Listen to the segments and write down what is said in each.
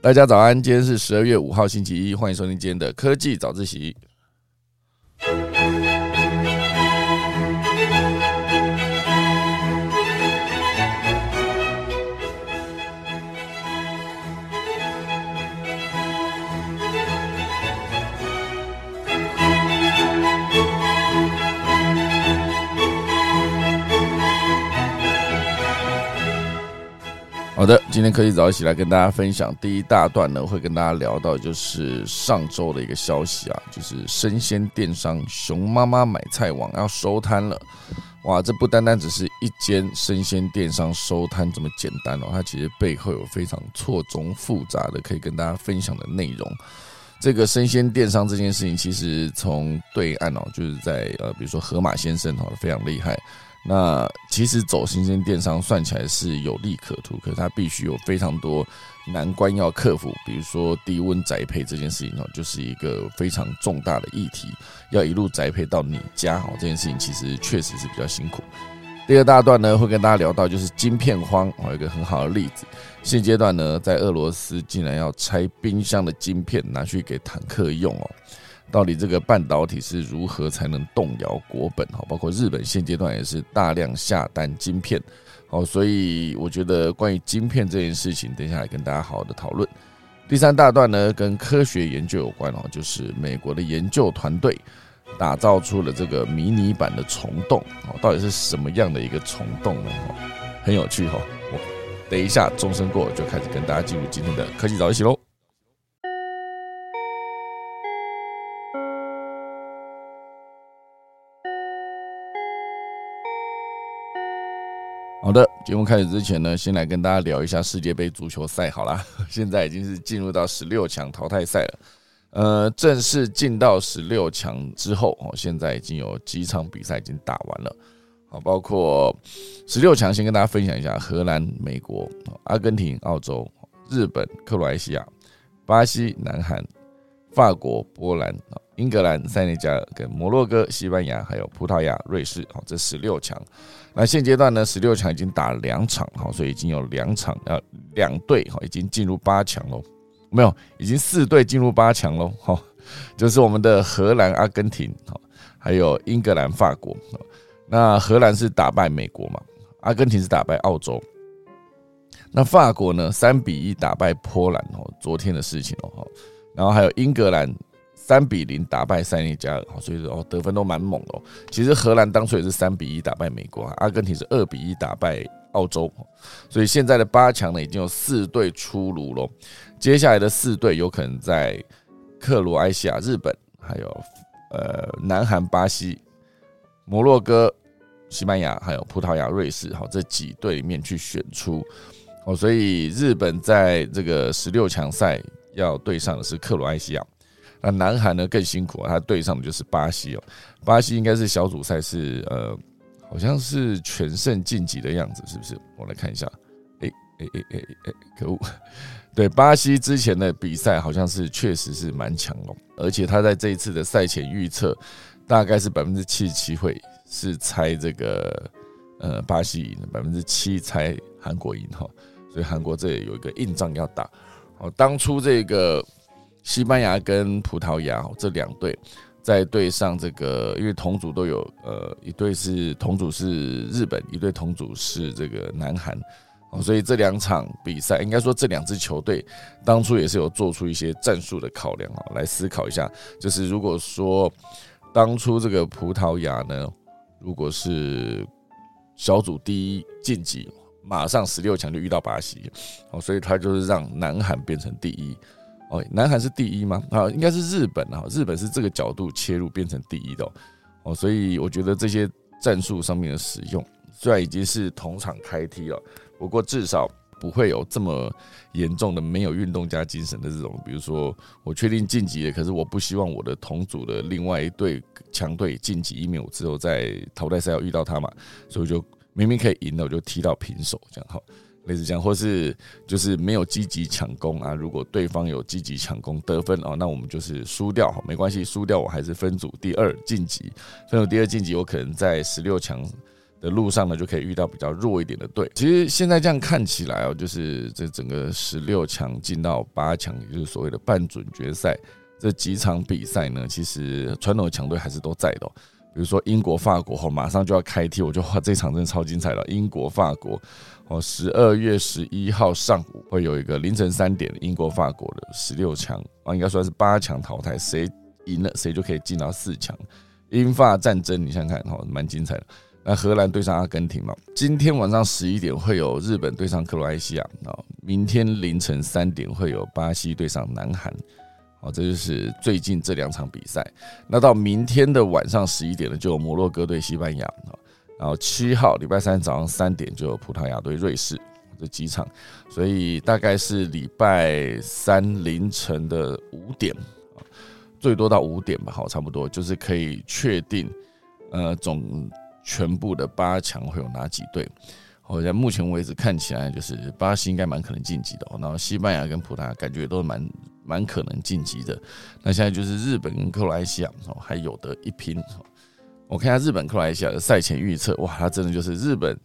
大家早安，今天是12月5号星期一，欢迎收听今天的科技早自习。好的，今天科技早一起来跟大家分享第一大段呢，会跟大家聊到就是上周的一个消息啊，就是生鲜电商熊妈妈买菜网要收摊了。哇，这不单单只是一间生鲜电商收摊这么简单哦，它其实背后有非常错综复杂的可以跟大家分享的内容。这个生鲜电商这件事情，其实从对岸哦，就是在比如说河马先生非常厉害。那其实走生鲜电商算起来是有利可图，可是它必须有非常多难关要克服，比如说低温宅配这件事情就是一个非常重大的议题，要一路宅配到你家这件事情其实确实是比较辛苦。第二大段呢，会跟大家聊到就是晶片荒，有一个很好的例子。现阶段呢，在俄罗斯竟然要拆冰箱的晶片拿去给坦克用哦。到底这个半导体是如何才能动摇国本？包括日本现阶段也是大量下单晶片，所以我觉得关于晶片这件事情，等一下来跟大家好好的讨论。第三大段呢，跟科学研究有关，就是美国的研究团队打造出了这个迷你版的虫洞，到底是什么样的一个虫洞呢？很有趣哦。等一下钟声过就开始跟大家进入今天的科技早一起喽。好的，节目开始之前呢，先来跟大家聊一下世界杯足球赛好啦，现在已经是进入到16强淘汰赛了。正式进到16强之后，现在已经有几场比赛已经打完了。包括16强先跟大家分享一下：荷兰、美国、阿根廷、澳洲、日本、克罗埃西亚、巴西、南韩、法国、波兰、英格兰、塞内加尔跟摩洛哥、西班牙还有葡萄牙、瑞士，这16强。那现阶段呢，16强已经打了2场，所以已经有2队已经进入8强了。没有，已经4队进入8强了，就是我们的荷兰、阿根廷，还有英格兰、法国。那荷兰是打败美国嘛，阿根廷是打败澳洲。那法国呢，3-1打败波兰，昨天的事情哦。然后还有英格兰3-0打败塞内加尔，所以得分都蛮猛的。其实荷兰当初也是3-1打败美国，阿根廷是2-1打败澳洲，所以现在的8强呢已经有4队出炉了。接下来的4队有可能在克罗埃西亚、日本，还有南韩、巴西、摩洛哥、西班牙，还有葡萄牙、瑞士，这几队里面去选出。所以日本在这个16强赛要对上的是克罗埃西亚。那南韩呢更辛苦，他对上的就是巴西。巴西应该是小组赛是好像是全胜晋级的样子，是不是？我来看一下。可恶！对，巴西之前的比赛好像是确实是蛮强的，而且他在这一次的赛前预测大概是77%会是猜这个巴西赢，7%猜韩国赢，所以韩国这里有一个硬仗要打。当初这个西班牙跟葡萄牙这2队在对上这个，因为同组都有一队是同组是日本，一队同组是这个南韩，所以这2场比赛应该说这2支球队当初也是有做出一些战术的考量，来思考一下，就是如果说当初这个葡萄牙呢，如果是小组第1晋级，马上16强就遇到巴西，所以他就是让南韩变成第1。南韩是第1吗？应该是日本，日本是这个角度切入变成第1的，所以我觉得这些战术上面的使用，虽然已经是同场开踢了，不过至少不会有这么严重的没有运动家精神的这种，比如说我确定晋级了，可是我不希望我的同组的另外一队强队晋级1-5之后在淘汰赛要遇到他嘛，所以我就明明可以赢的，我就踢到平手这样。类似这样，或是就是没有积极抢攻啊。如果对方有积极抢攻得分那我们就是输掉，没关系，输掉我还是分组第2晋级。分组第2晋级，我可能在16强的路上呢，就可以遇到比较弱一点的队。其实现在这样看起来就是这整个16强进到8强，也就是所谓的半准决赛这几场比赛呢，其实传统的强队还是都在的。比如说英国、法国马上就要开踢，我觉得这场真的超精彩了。英国、法国12月11号上午会有一个凌晨3点英国、法国的16强应该算是8强淘汰，谁赢了谁就可以进到4强。英法战争你想想看蛮精彩的。那荷兰对上阿根廷嘛，今天晚上11点会有日本对上克罗埃西亚，明天凌晨3点会有巴西对上南韩。这就是最近这2场比赛。那到明天的晚上11点呢，就有摩洛哥对西班牙，然后7号礼拜3早上3点就有葡萄牙对瑞士，这几场，所以大概是礼拜3凌晨的5点，最多到5点吧，差不多就是可以确定全部的8强会有哪几队。在目前为止看起来就是巴西应该蛮可能晋级的，然后西班牙跟葡萄牙感觉都蛮可能晋级的。那现在就是日本跟克罗埃西亚还有得一拼。我看一下日本克罗埃西亚的赛前预测，哇，它真的就是日本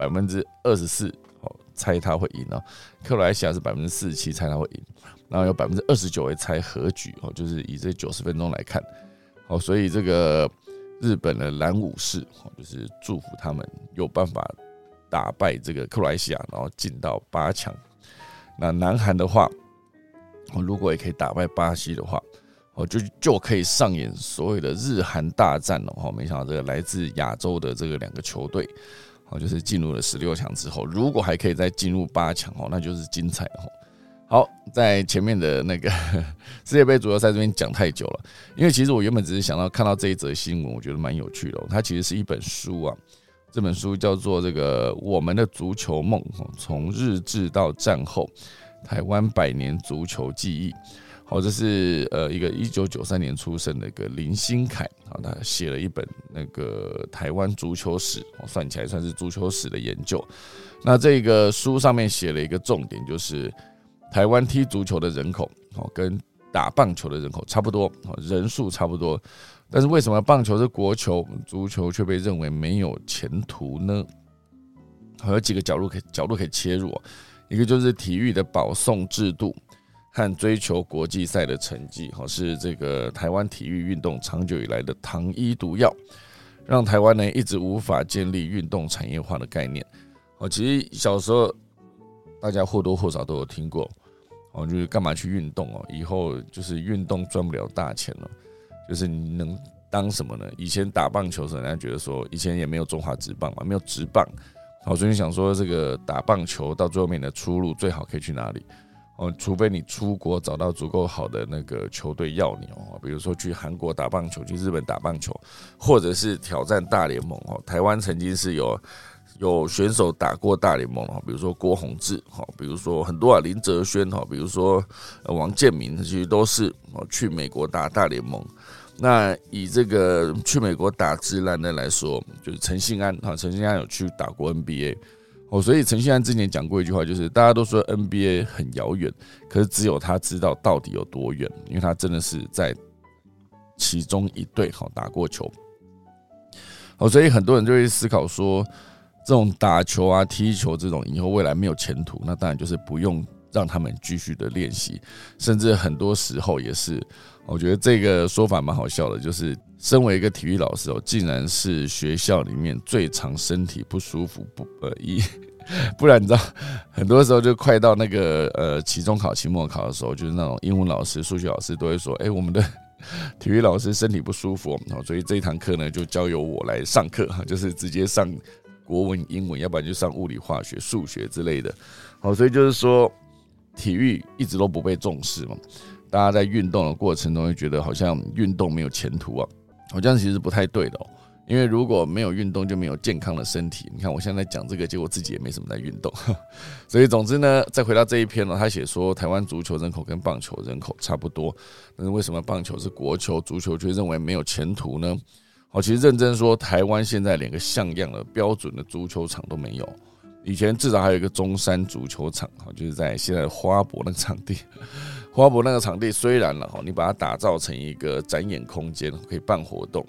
24%猜它会赢，克罗埃西亚是47%猜它会赢，然后有29%会猜和局，就是以这90分钟来看，所以这个日本的蓝武士就是祝福他们有办法打败这个克罗埃西亚，然后进到8强。那南韩的话，如果也可以打败巴西的话，就可以上演所谓的日韩大战了。没想到这个来自亚洲的这个2个球队，就是进入了16强之后，如果还可以再进入8强，那就是精彩了。好，在前面的那个世界杯足球赛这边讲太久了，因为其实我原本只是想到看到这一则新闻，我觉得蛮有趣的。它其实是一本书啊。这本书叫做《我们的足球梦》，从日治到战后台湾100年足球记忆。这是一个1993年出生的一个林新凯，他写了一本那个台湾足球史，算起来算是足球史的研究。那这个书上面写了一个重点，就是台湾踢足球的人口跟打棒球的人口差不多，人数差不多。但是为什么棒球是国球，足球却被认为没有前途呢？有几个角度可以切入，一个就是体育的保送制度和追求国际赛的成绩，是这个台湾体育运动长久以来的糖衣毒药，让台湾呢一直无法建立运动产业化的概念。其实小时候大家或多或少都有听过，就是干嘛去运动以后就是运动赚不了大钱了。就是你能当什么呢？以前打棒球的时候，人家觉得说，以前也没有中华职棒嘛，没有职棒，所以你想说这个打棒球到最后面的出路最好可以去哪里？除非你出国找到足够好的那个球队要你，比如说去韩国打棒球，去日本打棒球，或者是挑战大联盟。台湾曾经是有选手打过大联盟，比如说郭泓志，比如说很多林哲轩，比如说王建民，其实都是去美国打大联盟。那以这个去美国打职篮的来说，就是陈信安有去打过 NBA， 所以陈信安之前讲过一句话，就是大家都说 NBA 很遥远，可是只有他知道到底有多远，因为他真的是在其中一队打过球。所以很多人就会思考说，这种打球啊、踢球这种以后未来没有前途，那当然就是不用让他们继续的练习，甚至很多时候也是，我觉得这个说法蛮好笑的，就是身为一个体育老师竟然是学校里面最常身体不舒服不然你知道，很多时候就快到那个期中考、期末考的时候，就是那种英文老师、数学老师都会说，我们的体育老师身体不舒服，所以这一堂课呢就交由我来上课，就是直接上国文、英文，要不然就上物理、化学、数学之类的。所以就是说，体育一直都不被重视嘛。大家在运动的过程中会觉得好像运动没有前途啊，这样其实不太对的。因为如果没有运动，就没有健康的身体。你看我现在讲这个，结果自己也没什么在运动。所以总之呢，再回到这一篇他写说台湾足球人口跟棒球人口差不多，但是为什么棒球是国球，足球却认为没有前途呢？其实认真说，台湾现在连个像样的标准的足球场都没有。以前至少还有一个中山足球场，就是在现在的花博那个场地。花博那个场地虽然你把它打造成一个展演空间，可以办活动，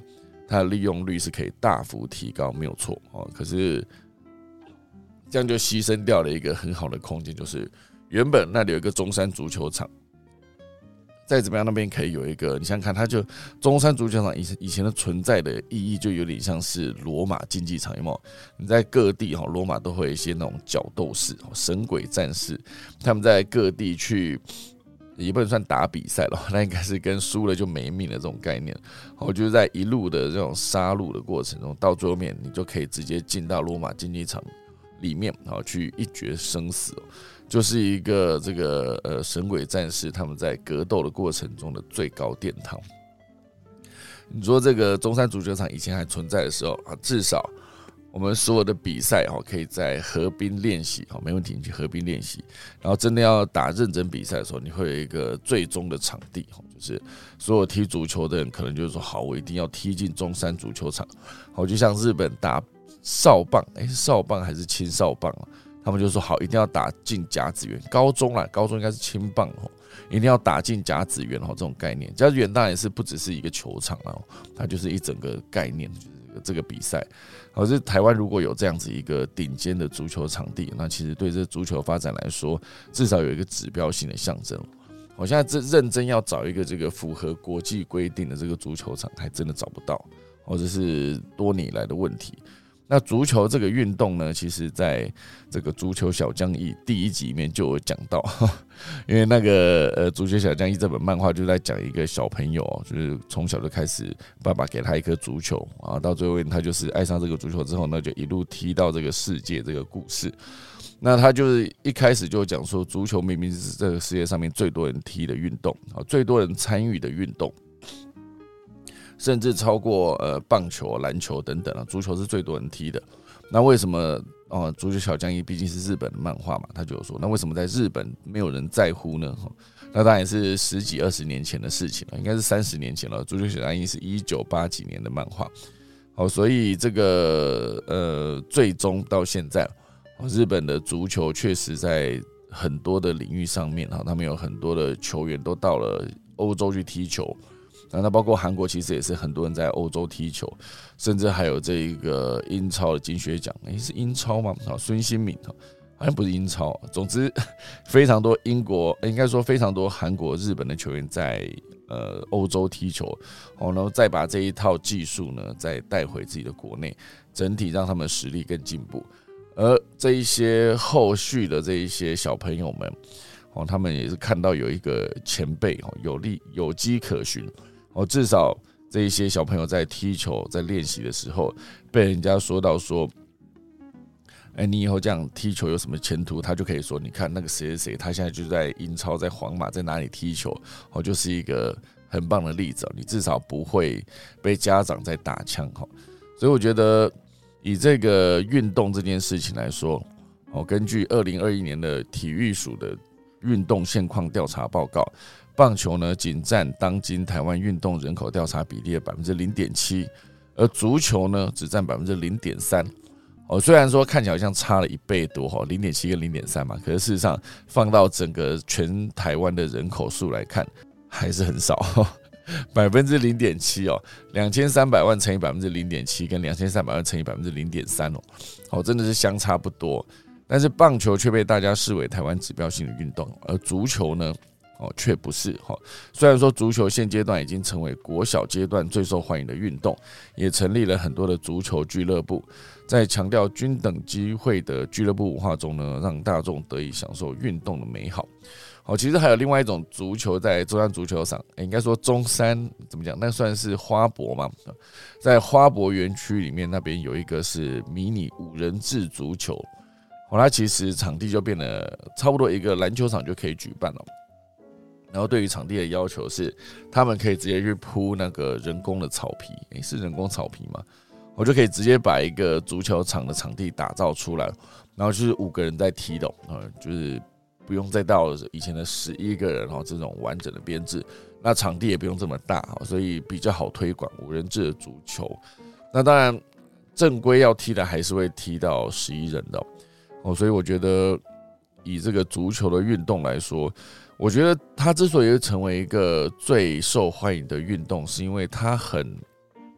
它的利用率是可以大幅提高，没有错哦。可是这样就牺牲掉了一个很好的空间，就是原本那里有一个中山足球场，再怎么样那边可以有一个，你想想看，它就中山足球场以前的存在的意义，就有点像是罗马竞技场，有没有？你在各地罗马都会有一些那种角斗士、神鬼战士，他们在各地去。也不能算打比赛了，那应该是跟输了就没命的这种概念。就是在一路的这种杀戮的过程中，到最后面你就可以直接进到罗马竞技场里面，去一决生死，就是一个这个神鬼战士他们在格斗的过程中的最高殿堂。你说这个中山足球场以前还存在的时候至少我们所有的比赛可以在河滨练习，没问题，你去河滨练习。然后真的要打认真比赛的时候，你会有一个最终的场地，就是所有踢足球的人可能就是说，好，我一定要踢进中山足球场。就像日本打少棒，是少棒还是青少棒他们就说好，一定要打进甲子园。高中应该是青棒一定要打进甲子园这种概念。甲子园当然是不只是一个球场它就是一整个概念，就是这个比赛。可是台湾如果有这样子一个顶尖的足球场地，那其实对这足球发展来说，至少有一个指标性的象征。我现在认真要找一个这个符合国际规定的这个足球场，还真的找不到，这是多年以来的问题。那足球这个运动呢，其实在这个足球小将义第一集里面就有讲到，因为那个足球小将义这本漫画就在讲一个小朋友，就是从小就开始爸爸给他一颗足球到最后他就是爱上这个足球之后呢，就一路踢到这个世界这个故事。那他就是一开始就讲说，足球明明是这个世界上面最多人踢的运动，最多人参与的运动。甚至超过棒球、篮球等等足球是最多人踢的。那为什么足球小将义毕竟是日本的漫画嘛，他就有说，那为什么在日本没有人在乎呢？那当然是10几20年前的事情了，应该是30年前了。足球小将义是1980几年的漫画，所以这个最终到现在，日本的足球确实在很多的领域上面，他们有很多的球员都到了欧洲去踢球。那包括韩国其实也是很多人在欧洲踢球，甚至还有这个英超的金靴奖，是英超吗？孙兴慜好像不是英超，总之非常多英国，应该说非常多韩国、日本的球员在欧洲踢球，然后再把这一套技术呢再带回自己的国内，整体让他们实力更进步。而这一些后续的这一些小朋友们，他们也是看到有一个前辈有迹可循。至少这一些小朋友在踢球、在练习的时候，被人家说到说，你以后这样踢球有什么前途？他就可以说，你看那个谁谁谁，他现在就在英超、在皇马，在哪里踢球，就是一个很棒的例子。你至少不会被家长在打枪。所以我觉得，以这个运动这件事情来说，根据2021年的体育署的运动现况调查报告。棒球呢，仅占当今台湾运动人口调查比例的 0.7%， 而足球呢，只占 0.3%。虽然说看起来好像差了1倍多，0.7跟0.3嘛，可是事实上放到整个全台湾的人口数来看，还是很少，0.7%，2300万乘以 0.7%， 跟2300万乘以 0.3%，真的是相差不多。但是棒球却被大家视为台湾指标性的运动，而足球呢？却不是。虽然说足球现阶段已经成为国小阶段最受欢迎的运动，也成立了很多的足球俱乐部，在强调均等机会的俱乐部文化中呢，让大众得以享受运动的美好。其实还有另外一种足球，在中山足球场，应该说中山怎么讲？那算是花博嘛，在花博园区里面，那边有一个是迷你5人制足球，它其实场地就变得差不多一个篮球场就可以举办了。然后对于场地的要求是，他们可以直接去铺那个人工的草皮，是人工草皮吗？我就可以直接把一个足球场的场地打造出来，然后就是5个人在踢的，就是不用再到以前的11个人这种完整的编制，那场地也不用这么大，所以比较好推广5人制的足球。那当然正规要踢的还是会踢到11人的，所以我觉得以这个足球的运动来说，我觉得它之所以会成为一个最受欢迎的运动，是因为它很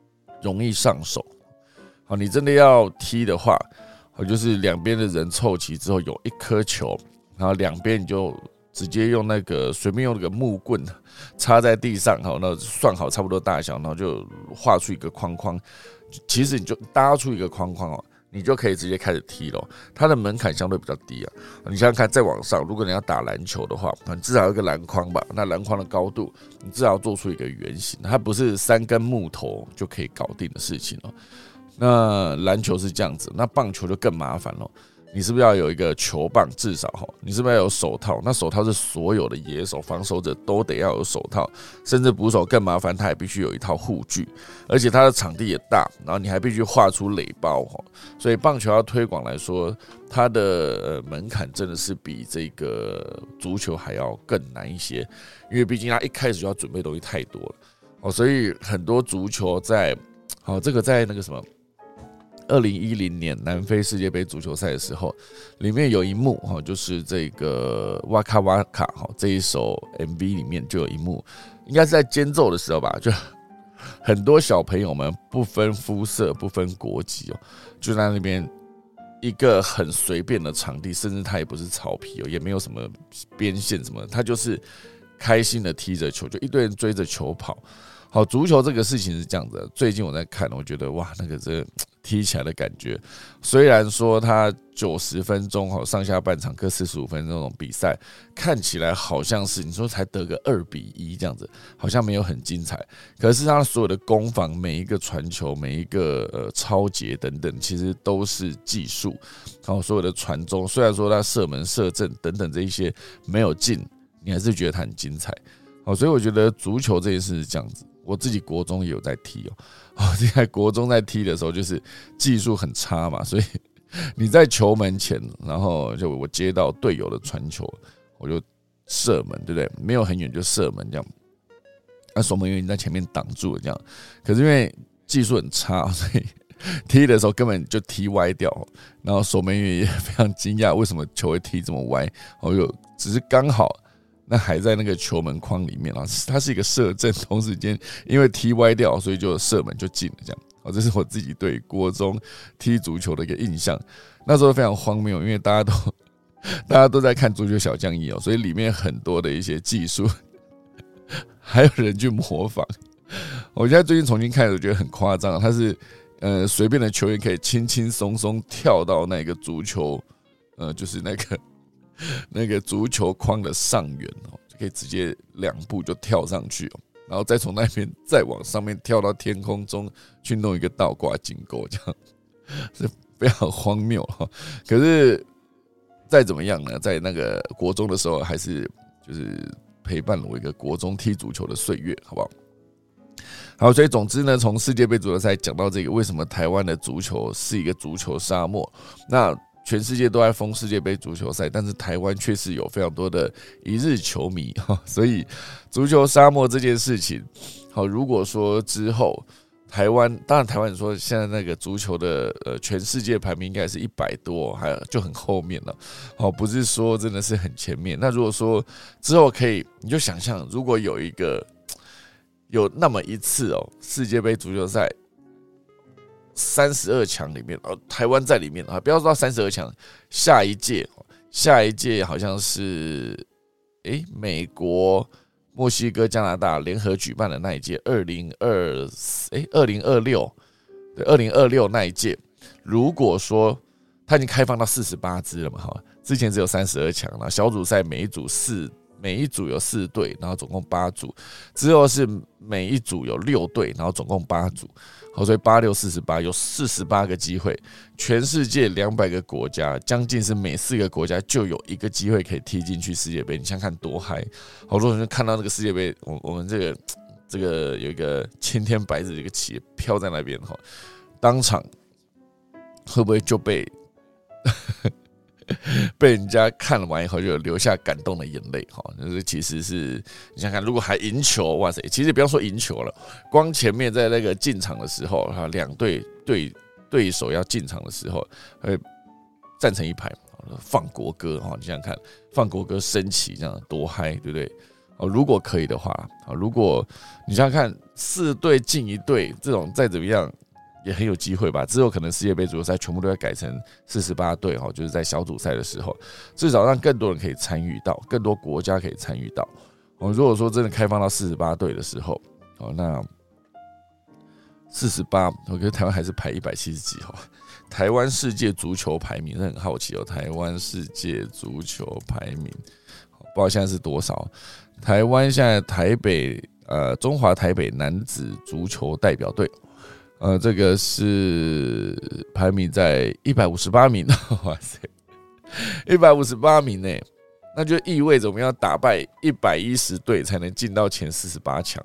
容易上手。好，你真的要踢的话，就是两边的人凑齐之后有一颗球，然后两边你就直接用那个随便用那个木棍插在地上，那算好差不多大小，然后就画出一个框框。其实你就搭出一个框框你就可以直接开始踢了。它的门槛相对比较低啊。你想想看，再往上，如果你要打篮球的话，你至少有一个篮筐吧？那篮筐的高度，你至少要做出一个圆形，它不是3根木头就可以搞定的事情哦。那篮球是这样子，那棒球就更麻烦了。你是不是要有一个球棒？至少你是不是要有手套？那手套是所有的野手、防守者都得要有手套，甚至捕手更麻烦，他还必须有一套护具，而且他的场地也大，然后你还必须画出垒包。所以棒球要推广来说，它的门槛真的是比这个足球还要更难一些，因为毕竟他一开始就要准备东西太多了。所以很多足球在这个在那个什么。2010年南非世界杯足球赛的时候，里面有一幕就是这个哇卡哇卡这一首 MV 里面就有一幕，应该是在间奏的时候吧，就很多小朋友们不分肤色、不分国籍就在那边一个很随便的场地，甚至它也不是草皮也没有什么边线什么，它就是开心的踢着球，就一堆人追着球跑。好，足球这个事情是这样子的。最近我在看，我觉得哇，那个这踢起来的感觉，虽然说它90分钟上下半场各45分钟那种比赛，看起来好像是你说才得个2-1这样子，好像没有很精彩。可是它所有的攻防，每一个传球，每一个抄截等等，其实都是技术。所有的传中，虽然说它射门、射正等等这一些没有进，你还是觉得它很精彩。所以我觉得足球这件事是这样子。我自己国中也有在踢在国中在踢的时候，就是技术很差嘛，所以你在球门前，然后就我接到队友的传球，我就射门，对不对？没有很远就射门这样。那守门员已经在前面挡住了这样，可是因为技术很差，所以踢的时候根本就踢歪掉，然后守门员也非常惊讶，为什么球会踢这么歪？只是刚好。那还在那个球门框里面它是一个射正，同时間因为踢歪掉，所以就射门就进了这样。这是我自己对国中踢足球的一个印象。那时候非常荒谬，因为大家都在看足球小将一所以里面很多的一些技术，还有人去模仿。我现在最近重新看，我觉得很夸张，他是随便的球员可以轻轻松松跳到那个足球，就是那个足球框的上缘就可以直接2步就跳上去然后再从那边再往上面跳到天空中去弄一个倒挂金钩，这样是非常荒谬可是再怎么样呢，在那个国中的时候，还是就是陪伴了我一个国中踢足球的岁月，好不好？好，所以总之呢，从世界杯足球赛讲到这个，为什么台湾的足球是一个足球沙漠？那全世界都在封世界杯足球赛，但是台湾却是有非常多的一日球迷，所以足球沙漠这件事情，如果说之后台湾，当然台湾你说现在那个足球的全世界排名应该是100多，还就很后面了，不是说真的是很前面。那如果说之后可以，你就想象如果有那么一次世界杯足球赛。32强里面，台湾在里面不要说到32强，下一届好像是美国、墨西哥、加拿大联合举办的那一届2026那一届，如果说它已经开放到48支了嘛，之前只有32强，然后小组赛每一组有4队，然后总共8组，之后是每一组有6队，然后总共8组。所以8648有48个机会，全世界200个国家，将近是每4个国家就有1个机会可以踢进去世界杯。你想看多嗨！好多人看到那个世界杯，我们这个有一个青天白日的一个旗飘在那边当场会不会就被人家看完以后就有流下感动的眼泪就是其实是你想看，如果还赢球，哇塞！其实不要说赢球了，光前面在那个进场的时候，2队对手要进场的时候，会站成一排放国歌你想想看，放国歌升旗这样多嗨，对不对？ 如果可以的话，如果你想想看，4队进1队这种再怎么样也很有机会吧。之后可能世界杯足球赛全部都要改成48队，就是在小组赛的时候，至少让更多人可以参与到，更多国家可以参与到。如果说真的开放到48队的时候，那48，我觉得台湾还是排170几。台湾世界足球排名，很好奇台湾世界足球排名，不知道现在是多少。台湾现在中华台北男子足球代表队，这个是排名在158名，哇塞，158名呢，那就意味着我们要打败110队才能进到前48强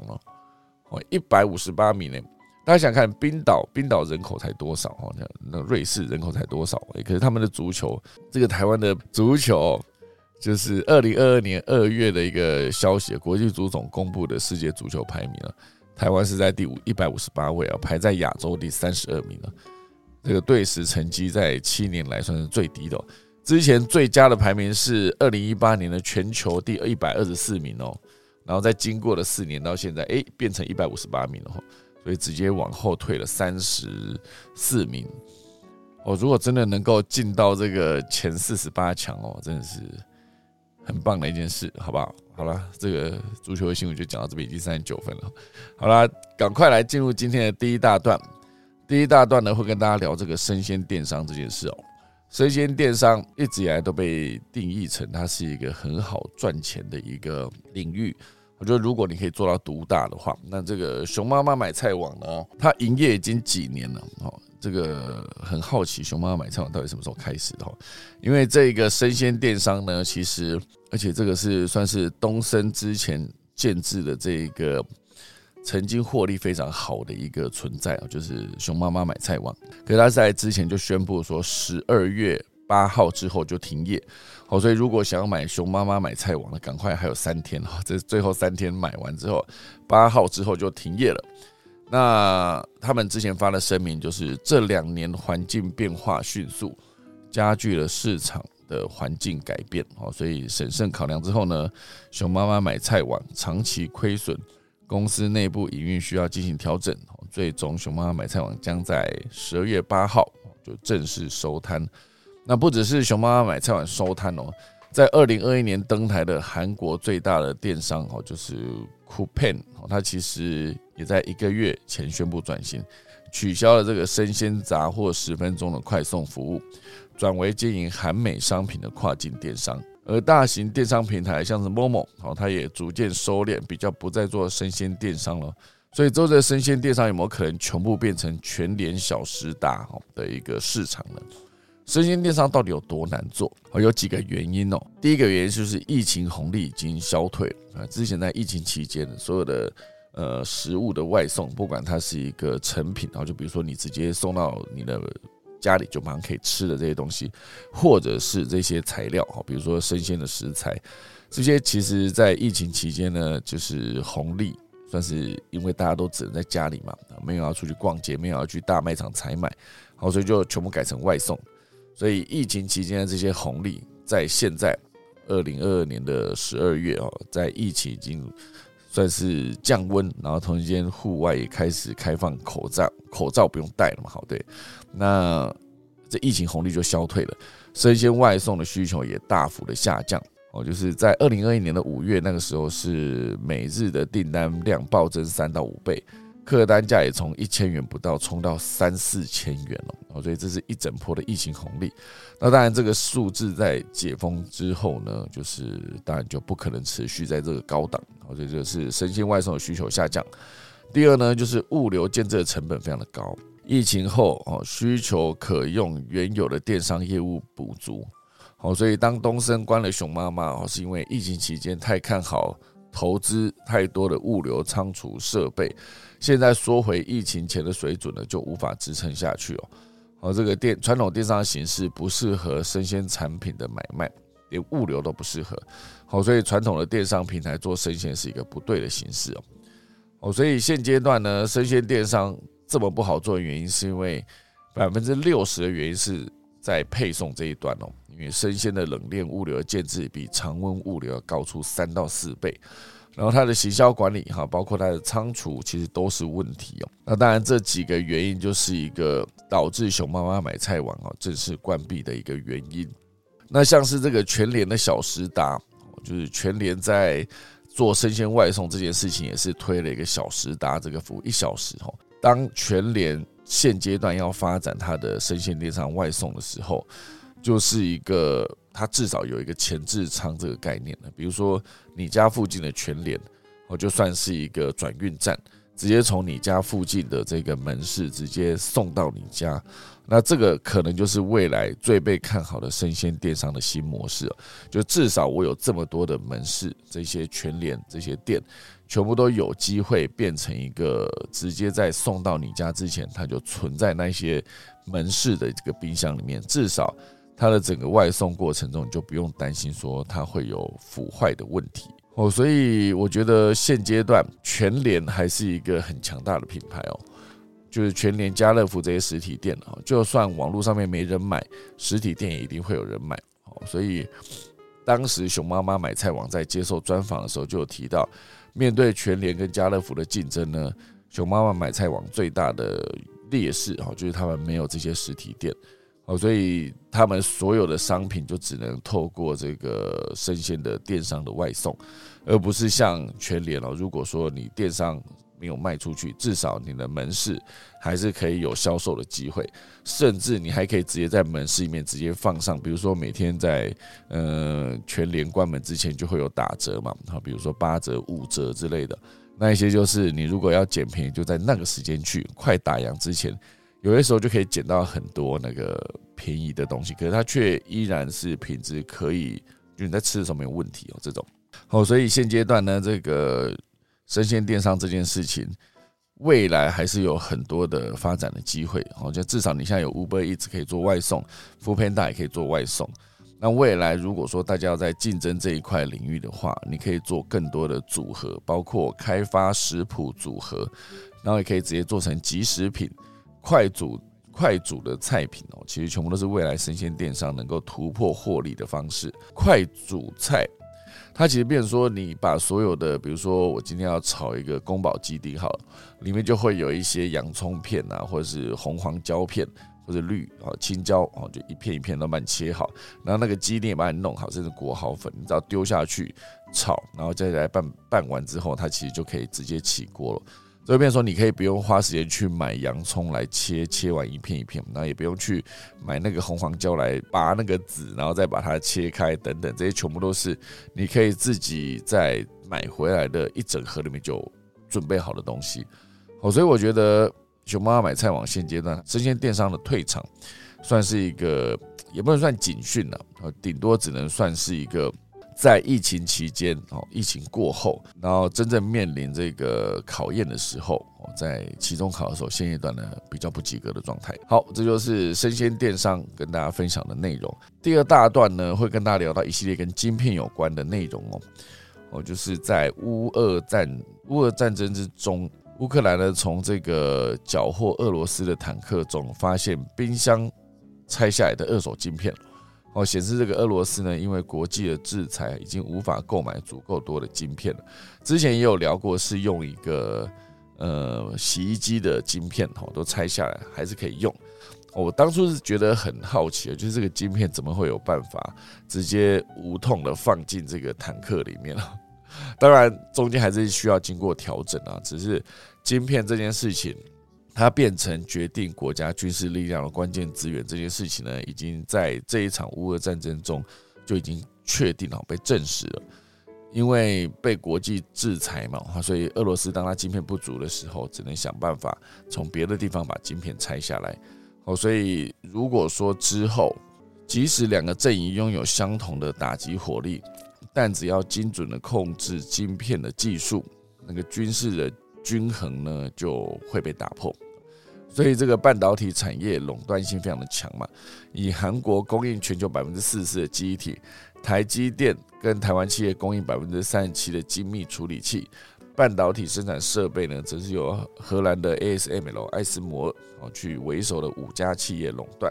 158名呢。大家想看冰岛人口才多少？那瑞士人口才多少？可是他们的足球，这个台湾的足球，就是2022年2月的一个消息，国际足总公布的世界足球排名台湾是在第158位排在亚洲第32名这个队史成绩在7年来算是最低的之前最佳的排名是2018年的全球第124名然后再经过了4年到现在，变成158名了所以直接往后退了34名如果真的能够进到这个前48强真的是很棒的一件事，好不好？好了，这个足球的新闻就讲到这边，已经39分了。好了，赶快来进入今天的第一大段。第一大段呢，会跟大家聊这个生鲜电商这件事生鲜电商一直以来都被定义成它是一个很好赚钱的一个领域。我觉得如果你可以做到独大的话，那这个熊妈妈买菜网呢，它营业已经几年了这个很好奇熊妈妈买菜网到底什么时候开始的因为这个生鲜电商呢，其实而且这个是算是东森之前建制的这个曾经获利非常好的一个存在就是熊妈妈买菜网。可是它在之前就宣布说12月8号之后就停业所以如果想要买熊妈妈买菜网的，赶快还有3天这最后3天买完之后，8号之后就停业了。那他们之前发的声明就是这2年环境变化迅速，加剧了市场的环境改变所以审慎考量之后呢，熊妈妈买菜网长期亏损，公司内部营运需要进行调整，最终熊妈妈买菜网将在12月8号就正式收摊。那不只是熊妈妈买菜网收摊在2021年登台的韩国最大的电商就是 Coupang， 它其实也在1个月前宣布转型，取消了这个生鲜杂货10分钟的快送服务，转为经营韩美商品的跨境电商。而大型电商平台像是 Momo， 它也逐渐收敛，比较不再做生鲜电商了。所以之后这生鲜电商有没有可能全部变成全联小时达的一个市场呢？生鲜电商到底有多难做？有几个原因第一个原因就是疫情红利已经消退了。之前在疫情期间，所有的食物的外送，不管它是一个成品，就比如说你直接送到你的家里就马上可以吃的这些东西，或者是这些材料，比如说生鲜的食材，这些其实在疫情期间呢，就是红利，算是因为大家都只能在家里嘛，没有要出去逛街，没有要去大卖场采买，所以就全部改成外送。所以疫情期间的这些红利，在现在2022年的12月在疫情已经算是降温，然后同时间户外也开始开放口罩不用戴了嘛，好对，那这疫情红利就消退了，生鲜外送的需求也大幅的下降就是在2021年的5月那个时候是每日的订单量暴增3到5倍。客单价也从1000元不到冲到3-4千元所以这是一整波的疫情红利。那当然这个数字在解封之后呢，就是当然就不可能持续在这个高档所以就是生鲜外送的需求下降。第二呢，就是物流建制的成本非常的高，疫情后需求可用原有的电商业务补足所以当东森关了熊妈妈是因为疫情期间太看好投资太多的物流仓储设备，现在缩回疫情前的水准呢，就无法支撑下去这个传统电商形式不适合生鲜产品的买卖，连物流都不适合所以传统的电商平台做生鲜是一个不对的形式所以现阶段呢，生鲜电商这么不好做的原因，是因为60%的原因是在配送这一端因为生鲜的冷链物流的建制比常温物流要高出3到4倍然后它的行销管理包括它的仓储其实都是问题哦。那当然这几个原因就是一个导致熊妈妈买菜网正式关闭的一个原因。那像是这个全联的小时达，就是全联在做生鲜外送这件事情也是推了一个小时达这个服务，1小时。当全联现阶段要发展它的生鲜电商外送的时候，就是一个它至少有一个前置仓这个概念的。比如说你家附近的全联，就算是一个转运站，直接从你家附近的这个门市直接送到你家，那这个可能就是未来最被看好的生鲜电商的新模式。就至少我有这么多的门市，这些全联这些店全部都有机会变成一个直接在送到你家之前它就存在那些门市的这个冰箱里面，至少它的整个外送过程中你就不用担心说它会有腐坏的问题。所以我觉得现阶段全联还是一个很强大的品牌就是全联、家乐福这些实体店，就算网络上面没人买，实体店也一定会有人买。所以当时熊妈妈买菜网在接受专访的时候就有提到，面对全联跟家乐福的竞争呢，熊妈妈买菜网最大的劣势就是他们没有这些实体店。所以他们所有的商品就只能透过这个生鲜的电商的外送，而不是像全联如果说你电商没有卖出去，至少你的门市还是可以有销售的机会，甚至你还可以直接在门市里面直接放上，比如说每天在全联关门之前就会有打折嘛，比如说8折、5折之类的，那一些就是你如果要捡便宜，就在那个时间去，快打烊之前。有些时候就可以捡到很多那个便宜的东西，可是它却依然是品质可以，就你在吃的时候没有问题这种。所以现阶段呢，这个生鲜电商这件事情，未来还是有很多的发展的机会。就至少你现在有 Uber Eats 可以做外送， Foodpanda 也可以做外送。那未来如果说大家要在竞争这一块领域的话，你可以做更多的组合，包括开发食谱组合，然后也可以直接做成即食品。快煮的菜品其实全部都是未来生鲜电商能够突破获利的方式。快煮菜，它其实变成说，你把所有的，比如说我今天要炒一个宫保鸡丁好了，里面就会有一些洋葱片或者是红黄椒片，或者青椒就一片一片都把你切好，然后那个鸡丁也把你弄好，甚至裹好粉，你只要丢下去炒，然后再来拌完之后，它其实就可以直接起锅了。所以变成说，你可以不用花时间去买洋葱来切完一片一片，然后也不用去买那个红黄椒来拔那个籽，然后再把它切开等等，这些全部都是你可以自己再买回来的一整盒里面就准备好的东西。所以我觉得熊妈妈买菜网现阶段生鲜电商的退场，算是一个也不能算警讯了，顶多只能算是一个。在疫情期间，疫情过后，然后真正面临这个考验的时候，在期中考的时候，现阶段呢比较不及格的状态。好，这就是生鲜电商跟大家分享的内容。第二大段呢，会跟大家聊到一系列跟晶片有关的内容就是在乌俄战争之中，乌克兰呢从这个缴获俄罗斯的坦克中发现冰箱拆下来的二手晶片。显示这个俄罗斯呢，因为国际的制裁，已经无法购买足够多的晶片了。之前也有聊过，是用一个洗衣机的晶片都拆下来，还是可以用。我当初是觉得很好奇的，就是这个晶片怎么会有办法直接无痛的放进这个坦克里面？当然中间还是需要经过调整只是晶片这件事情。它变成决定国家军事力量的关键资源这件事情呢，已经在这一场乌俄战争中就已经确定被证实了。因为被国际制裁嘛，所以俄罗斯当它晶片不足的时候，只能想办法从别的地方把晶片拆下来。所以如果说之后，即使两个阵营拥有相同的打击火力，但只要精准的控制晶片的技术，那个军事的均衡呢就会被打破。所以这个半导体产业垄断性非常的强嘛，以韩国供应全球44%的记忆体，台积电跟台湾企业供应37%的精密处理器，半导体生产设备呢，则是由荷兰的 ASML 艾斯摩尔去为首的5家企业垄断。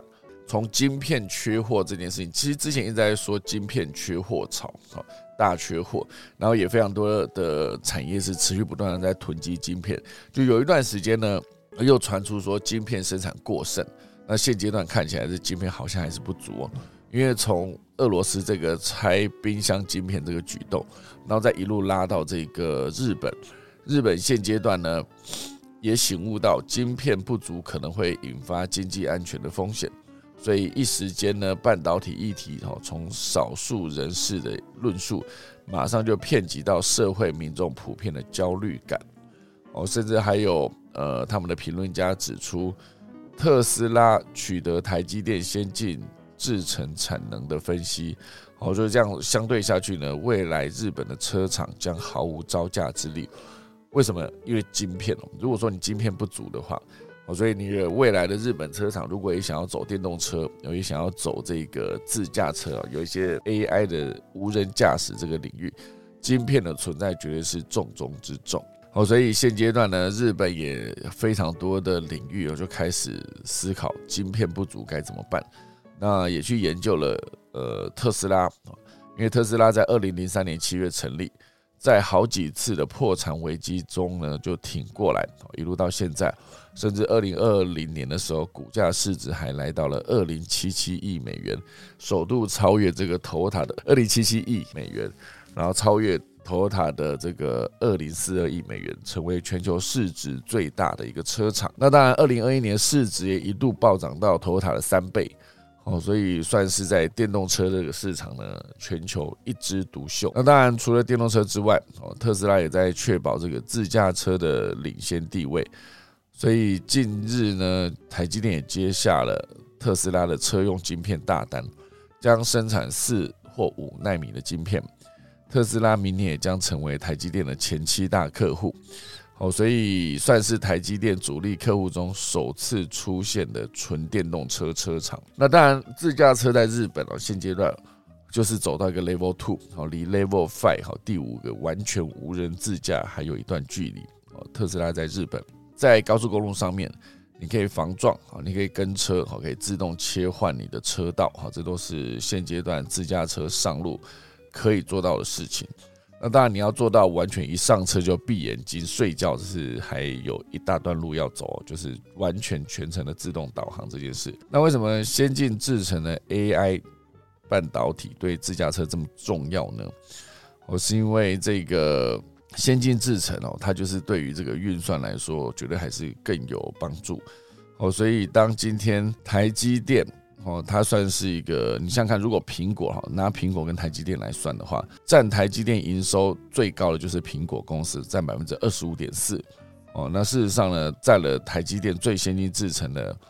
从晶片缺货这件事情，其实之前一直在说晶片缺货潮，大缺货，然后也非常多的产业是持续不断的在囤积晶片，就有一段时间呢，又传出说晶片生产过剩，那现阶段看起来这晶片好像还是不足因为从俄罗斯这个拆冰箱晶片这个举动，然后再一路拉到这个日本现阶段呢也醒悟到晶片不足可能会引发经济安全的风险，所以一时间呢，半导体议题从少数人士的论述，马上就遍及到社会民众普遍的焦虑感甚至还有他们的评论家指出，特斯拉取得台积电先进制程产能的分析，就这样相对下去呢，未来日本的车厂将毫无招架之力。为什么？因为晶片如果说你晶片不足的话，所以你未来的日本车厂如果也想要走电动车，也想要走这个自驾车，有一些 AI 的无人驾驶这个领域，晶片的存在绝对是重中之重。所以现阶段呢，日本也非常多的领域就开始思考晶片不足该怎么办。那也去研究了特斯拉，因为特斯拉在2003年7月成立，在好几次的破产危机中呢就挺过来，一路到现在，甚至2020年的时候，股价市值还来到了2077亿美元，首度超越这个 Toyota 的2077亿美元，然后超越 Toyota 的这个2042亿美元，成为全球市值最大的一个车厂。那当然2021年市值也一度暴涨到 Toyota 的3倍，所以算是在电动车这个市场呢，全球一枝独秀。那当然除了电动车之外，特斯拉也在确保这个自驾车的领先地位。所以近日呢，台积电也接下了特斯拉的车用晶片大单，将生产4或5奈米的晶片。特斯拉明年也将成为台积电的前7大客户。所以算是台积电主力客户中首次出现的纯电动车车厂。那当然，自驾车在日本现阶段就是走到一个 Level 2，离 Level 5第5个完全无人自驾还有一段距离。特斯拉在日本，在高速公路上面，你可以防撞，你可以跟车，可以自动切换你的车道，这都是现阶段自驾车上路可以做到的事情。那当然，你要做到完全一上车就闭眼睛睡觉，这是还有一大段路要走，就是完全全程的自动导航这件事。那为什么先进制程的 AI 半导体对自驾车这么重要呢？是因为这个先进制程它就是对于这个运算来说，我觉得还是更有帮助。所以当今天台积电它算是一个，你想想看，如果苹果拿苹果跟台积电来算的话，占台积电营收最高的就是苹果公司，占 25.4%。那事实上呢，占了台积电最先进制程的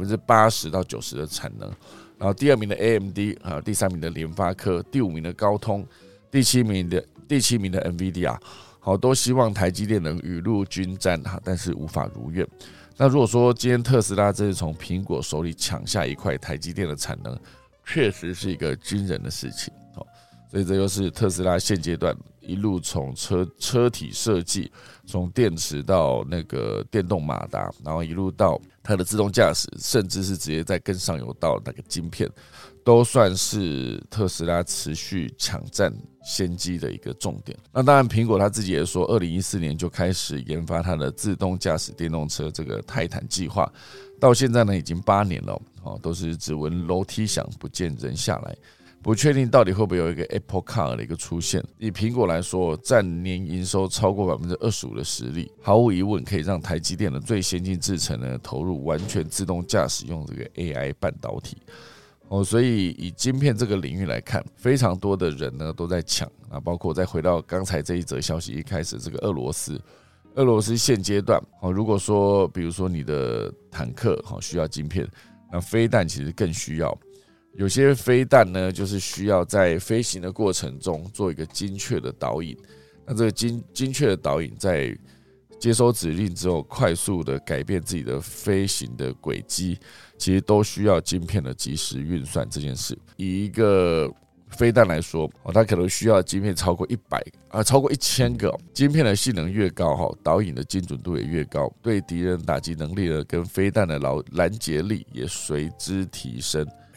80% 到 90% 的产能。然后第2名的 AMD， 第3名的联发科，第5名的高通，第7名的 NVIDIA， 都希望台积电能雨露均沾，但是无法如愿。那如果说今天特斯拉这是从苹果手里抢下一块台积电的产能，确实是一个惊人的事情。所以这就是特斯拉现阶段一路从车体设计，从电池到那个电动马达，然后一路到它的自动驾驶，甚至是直接在更上游到那个晶片，都算是特斯拉持续抢占先机的一个重点。那当然，苹果他自己也说，2014年就开始研发它的自动驾驶电动车这个泰坦计划，到现在呢已经8年了，都是只闻楼梯响，不见人下来。不确定到底会不会有一个 Apple Car 的一个出现。以苹果来说，占年营收超过 25% 的实力，毫无疑问可以让台积电的最先进制程呢投入完全自动驾驶用这个 AI 半导体。所以以晶片这个领域来看，非常多的人呢都在抢啊，包括再回到刚才这一则消息一开始，这个俄罗斯现阶段，如果说比如说你的坦克需要晶片，那飞弹其实更需要。有些飞弹呢，就是需要在飞行的过程中做一个精确的导引。那这个精确的导引在接收指令之后，快速的改变自己的飞行的轨迹，其实都需要晶片的即时运算这件事。以一个飞弹来说，它可能需要晶片超过超过1000个。晶片的性能越高，导引的精准度也越高，对敌人打击能力呢，跟飞弹的拦截力也随之提升。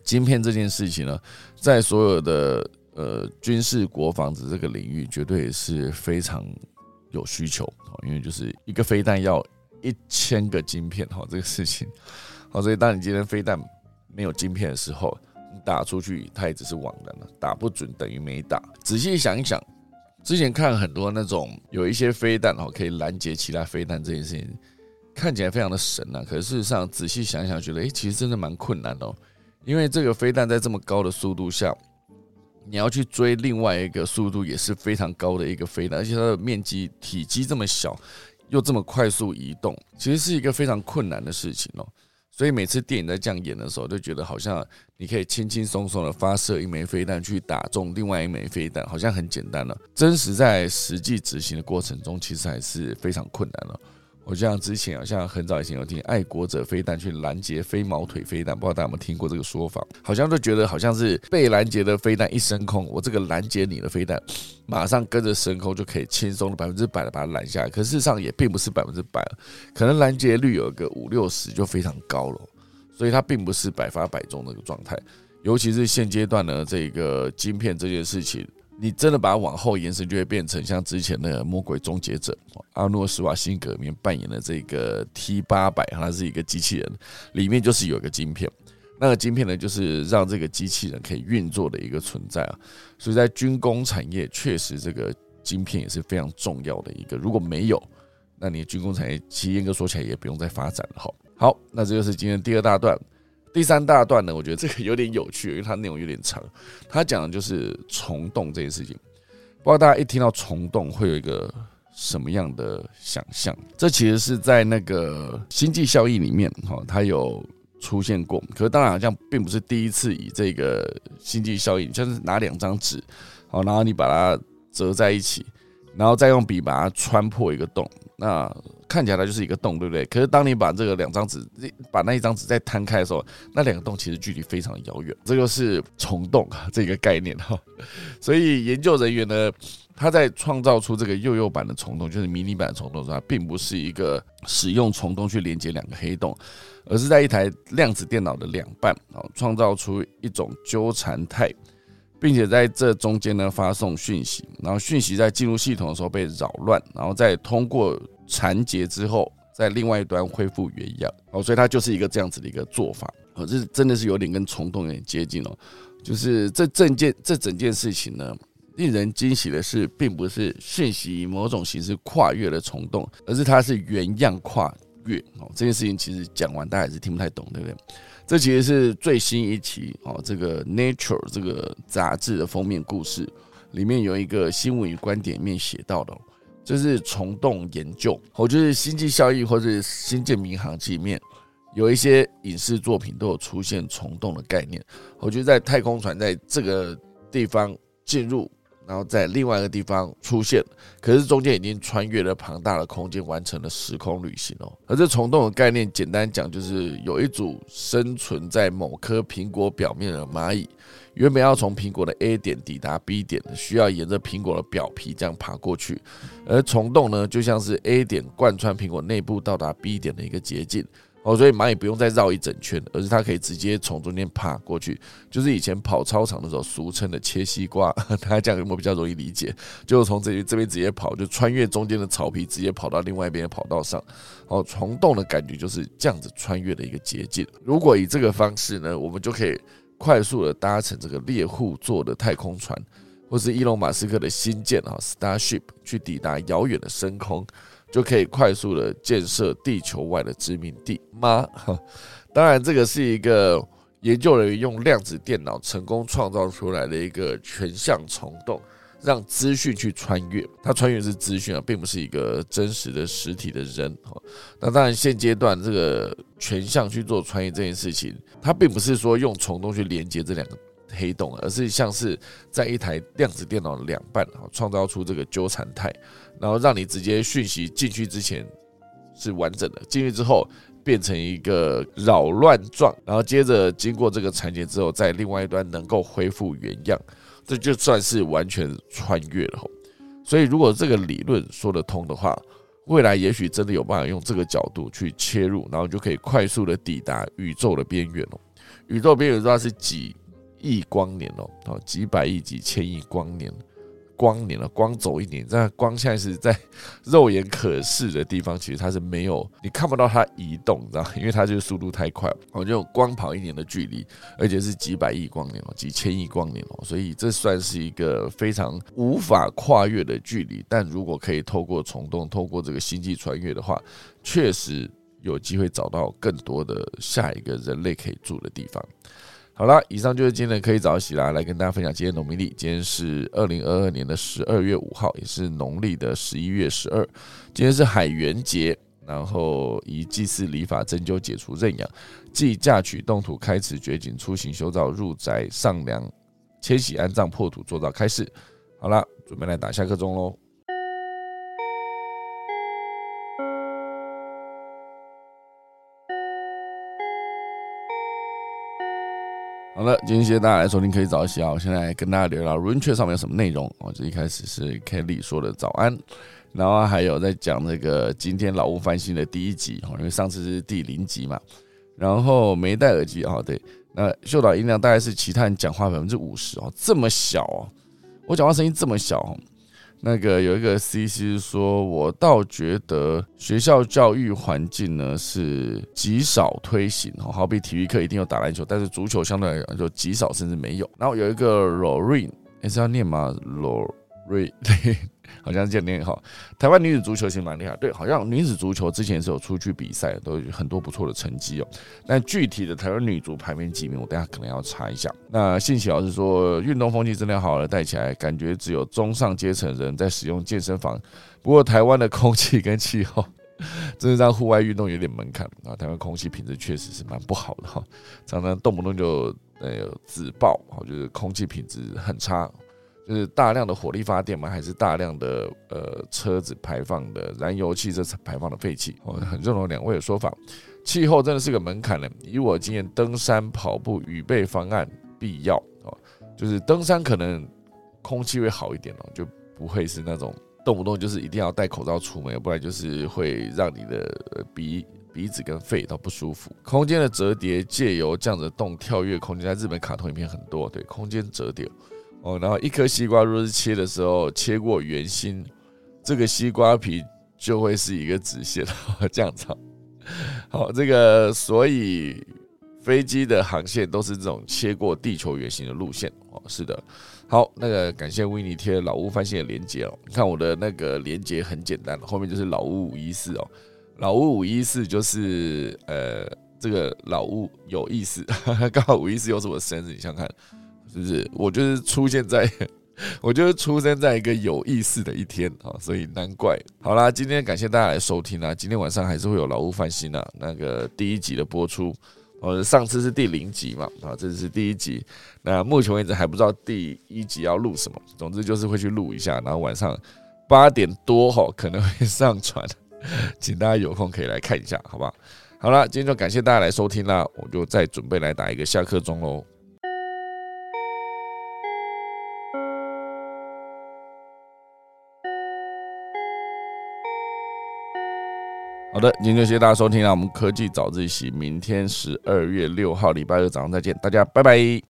晶片这件事情呢，在所有的军事国防的这个领域，绝对是非常有需求，因为就是一个飞弹要1000个晶片，这个事情，所以当你今天飞弹没有晶片的时候，你打出去它也只是枉然了，打不准等于没打。仔细想一想，之前看很多那种有一些飞弹可以拦截其他飞弹这件事情，看起来非常的神可是事实上仔细想一想，觉得其实真的蛮困难的因为这个飞弹在这么高的速度下，你要去追另外一个速度也是非常高的一个飞弹，而且它的面积体积这么小，又这么快速移动，其实是一个非常困难的事情所以每次电影在这样演的时候，就觉得好像你可以轻轻松松的发射一枚飞弹去打中另外一枚飞弹，好像很简单了。真实在实际执行的过程中，其实还是非常困难了。我像之前好像很早以前有听爱国者飞弹去拦截飞毛腿飞弹，不知道大家有没有听过这个说法？好像就觉得好像是被拦截的飞弹一升空，我这个拦截你的飞弹马上跟着升空就可以轻松的100%的把它拦下来。可事实上也并不是100%，可能拦截率有个50-60%就非常高了，所以它并不是100发100中的一个状态。尤其是现阶段的这个晶片这件事情，你真的把它往后延伸，就会变成像之前的《魔鬼终结者》阿诺·施瓦辛格里面扮演的这个 T800，它是一个机器人，里面就是有一个晶片。那个晶片呢，就是让这个机器人可以运作的一个存在所以在军工产业，确实这个晶片也是非常重要的一个。如果没有，那你的军工产业其实严格说起来也不用再发展了。好，那这就是今天的第2大段。第3大段呢，我觉得这个有点有趣，因为它内容有点长。它讲的就是虫洞这件事情。不知道大家一听到虫洞会有一个什么样的想象？这其实是在那个《星际效应》里面，它有出现过。可是当然好像并不是第一次以这个星际效应，就是拿2张纸，然后你把它折在一起，然后再用笔把它穿破一个洞。那看起来它就是一个洞，对不对？可是当你把这个2张纸，把那1张纸再摊开的时候，那2个洞其实距离非常遥远。这就是虫洞这个概念所以研究人员呢，他在创造出这个幼版的虫洞，就是迷你版的虫洞的时候，它并不是一个使用虫洞去连接2个黑洞，而是在一台量子电脑的2半创造出一种纠缠态，并且在这中间呢发送讯息，然后讯息在进入系统的时候被扰乱，然后再通过缠结之后，在另外一端恢复原样所以它就是一个这样子的一个做法这真的是有点跟虫洞有点接近就是这整件事情呢，令人惊喜的是，并不是讯息以某种形式跨越了虫洞，而是它是原样跨越这件事情其实讲完大家还是听不太懂，对不对？这其实是最新一期这个 Nature 这个杂志的封面故事里面有一个新闻与观点里面写到的就是虫洞研究就是星际效应或者星舰迷航器里面有一些影视作品都有出现虫洞的概念。我觉得在太空船在这个地方进入，然后在另外一个地方出现，可是中间已经穿越了庞大的空间，完成了时空旅行而这虫洞的概念，简单讲就是有一组生存在某颗苹果表面的蚂蚁，原本要从苹果的 A 点抵达 B 点，需要沿着苹果的表皮这样爬过去，而虫洞呢，就像是 A 点贯穿苹果内部到达 B 点的一个捷径。所以蚂蚁不用再绕一整圈，而是它可以直接从中间爬过去，就是以前跑操场的时候俗称的切西瓜。大家这样有没有比较容易理解？就从这边直接跑，就穿越中间的草皮，直接跑到另外一边的跑道上。虫洞的感觉就是这样子穿越的一个捷径。如果以这个方式呢，我们就可以快速的搭乘这个猎户座的太空船，或是伊隆马斯克的新舰Starship 去抵达遥远的深空。就可以快速的建设地球外的殖民地吗？当然，这个是一个研究人员用量子电脑成功创造出来的一个全向虫洞，让资讯去穿越。它穿越是资讯并不是一个真实的实体的人。那当然，现阶段这个全向去做穿越这件事情，它并不是说用虫洞去连接这2个黑洞，而是像是在一台量子电脑的2半创造出这个纠缠态，然后让你直接讯息进去之前是完整的，进去之后变成一个扰乱状，然后接着经过这个缠结之后，在另外一端能够恢复原样，这就算是完全穿越了。所以如果这个理论说得通的话，未来也许真的有办法用这个角度去切入，然后就可以快速的抵达宇宙的边缘宇宙边缘说它是几亿光年哦，几百亿、几千亿光年。光走一年，这光现在是在肉眼可视的地方，其实它是没有，你看不到它移动，你知道，因为它就是速度太快，就光跑一年的距离，而且是几百亿光年几千亿光年所以这算是一个非常无法跨越的距离。但如果可以透过虫洞，透过这个星际穿越的话，确实有机会找到更多的下一个人类可以住的地方。好啦，以上就是今天的可以早起啦，来跟大家分享今天农民历。今天是2022年的12月5号，也是农历的11月12。今天是海元节，然后以祭祀礼法、针灸解除认养，即嫁娶动土、开池掘井、出行修造、入宅上梁、迁徙安葬、破土做造开始。好啦，准备来打下课钟喽。好了，今天谢谢大家来收听可以早起啊！我现在来跟大家聊聊 RuneTrade 上面有什么内容这一开始是 Kelly 说的早安，然后还有在讲那个今天老屋翻新的第1集因为上次是第0集嘛，然后没戴耳机对，那秀导音量大概是其他人讲话50%这么小我讲话声音这么小那个有一个 CC 说，我倒觉得学校教育环境呢是极少推行好比体育课一定有打篮球，但是足球相对来讲就极少甚至没有。然后有一个 Lorraine 是要念吗 Lorraine 好像是这样念台湾女子足球其实蛮厉害，对，好像女子足球之前是有出去比赛，都有很多不错的成绩但具体的台湾女足排名几名，我等一下可能要查一下。那信喜老师说，运动风气真的好了，带起来感觉只有中上阶层人在使用健身房。不过台湾的空气跟气候真的让户外运动有点门槛台湾空气品质确实是蛮不好的常常动不动就自爆就是空气品质很差。就是大量的火力发电吗？还是大量的车子排放的燃油汽车排放的废气？很认同两位的说法。气候真的是个门槛了。以我经验，登山、跑步、预备方案必要就是登山可能空气会好一点就不会是那种动不动就是一定要戴口罩出门，不然就是会让你的鼻子跟肺都不舒服。空间的折叠借由这样子动跳跃空间，在日本卡通影片很多，对，空间折叠。然后一颗西瓜若是切的时候切过圆心，这个西瓜皮就会是一个直线这样子好，这个所以飞机的航线都是这种切过地球圆形的路线是的。好，那个感谢维尼贴老屋翻新的连结你看我的那个连结很简单，后面就是老屋514老屋514就是这个老屋有意思刚好514有什么生日，你想看是不是？我就是出生在一个有意思的一天所以难怪。好啦，今天感谢大家来收听今天晚上还是会有老屋翻新那个第1集的播出上次是第0集嘛这是第1集。那目前为止还不知道第1集要录什么，总之就是会去录一下，然后晚上8点多可能会上传，请大家有空可以来看一下，好不好？好啦，今天就感谢大家来收听啦，我就再准备来打一个下课钟喽。好的，今天就谢谢大家收听我们科技早自习，明天12月6号礼拜二早上再见，大家拜拜。